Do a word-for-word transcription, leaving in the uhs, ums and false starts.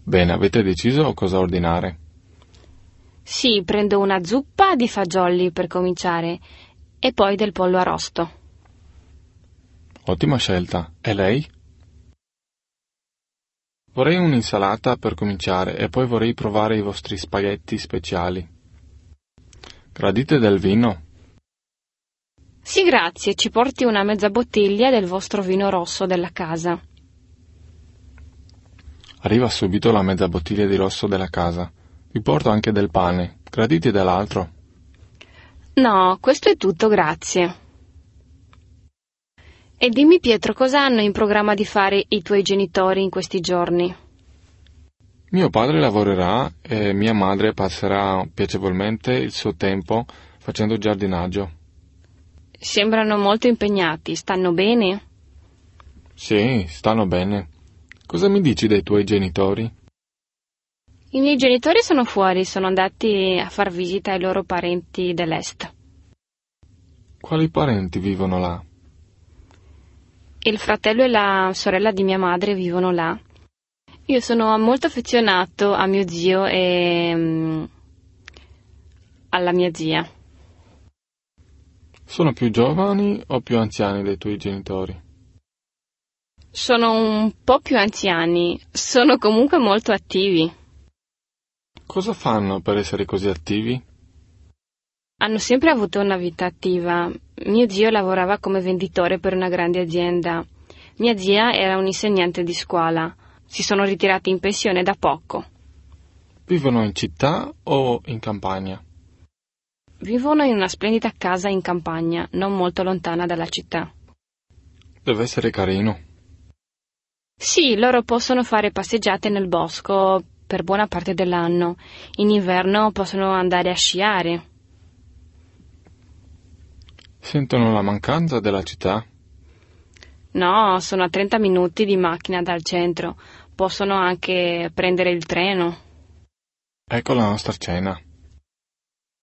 Bene, avete deciso cosa ordinare? Sì, prendo una zuppa di fagioli per cominciare e poi del pollo arrosto. Ottima scelta. E lei? Vorrei un'insalata per cominciare e poi vorrei provare i vostri spaghetti speciali. Gradite del vino? Sì, grazie, ci porti una mezza bottiglia del vostro vino rosso della casa. Arriva subito la mezza bottiglia di rosso della casa. Vi porto anche del pane. Gradite dell'altro? No, questo è tutto, grazie. E dimmi Pietro, cosa hanno in programma di fare i tuoi genitori in questi giorni? Mio padre lavorerà e mia madre passerà piacevolmente il suo tempo facendo giardinaggio. Sembrano molto impegnati, stanno bene? Sì, stanno bene. Cosa mi dici dei tuoi genitori? I miei genitori sono fuori, sono andati a far visita ai loro parenti dell'est. Quali parenti vivono là? Il fratello e la sorella di mia madre vivono là. Io sono molto affezionato a mio zio e mm, alla mia zia. Sono più giovani o più anziani dei tuoi genitori? Sono un po' più anziani, sono comunque molto attivi. Cosa fanno per essere così attivi? Hanno sempre avuto una vita attiva. Mio zio lavorava come venditore per una grande azienda. Mia zia era un'insegnante di scuola. Si sono ritirati in pensione da poco. Vivono in città o in campagna? Vivono in una splendida casa in campagna, non molto lontana dalla città. Deve essere carino. Sì, loro possono fare passeggiate nel bosco per buona parte dell'anno. In inverno possono andare a sciare. Sentono la mancanza della città? No, sono a trenta minuti di macchina dal centro. Possono anche prendere il treno. Ecco la nostra cena.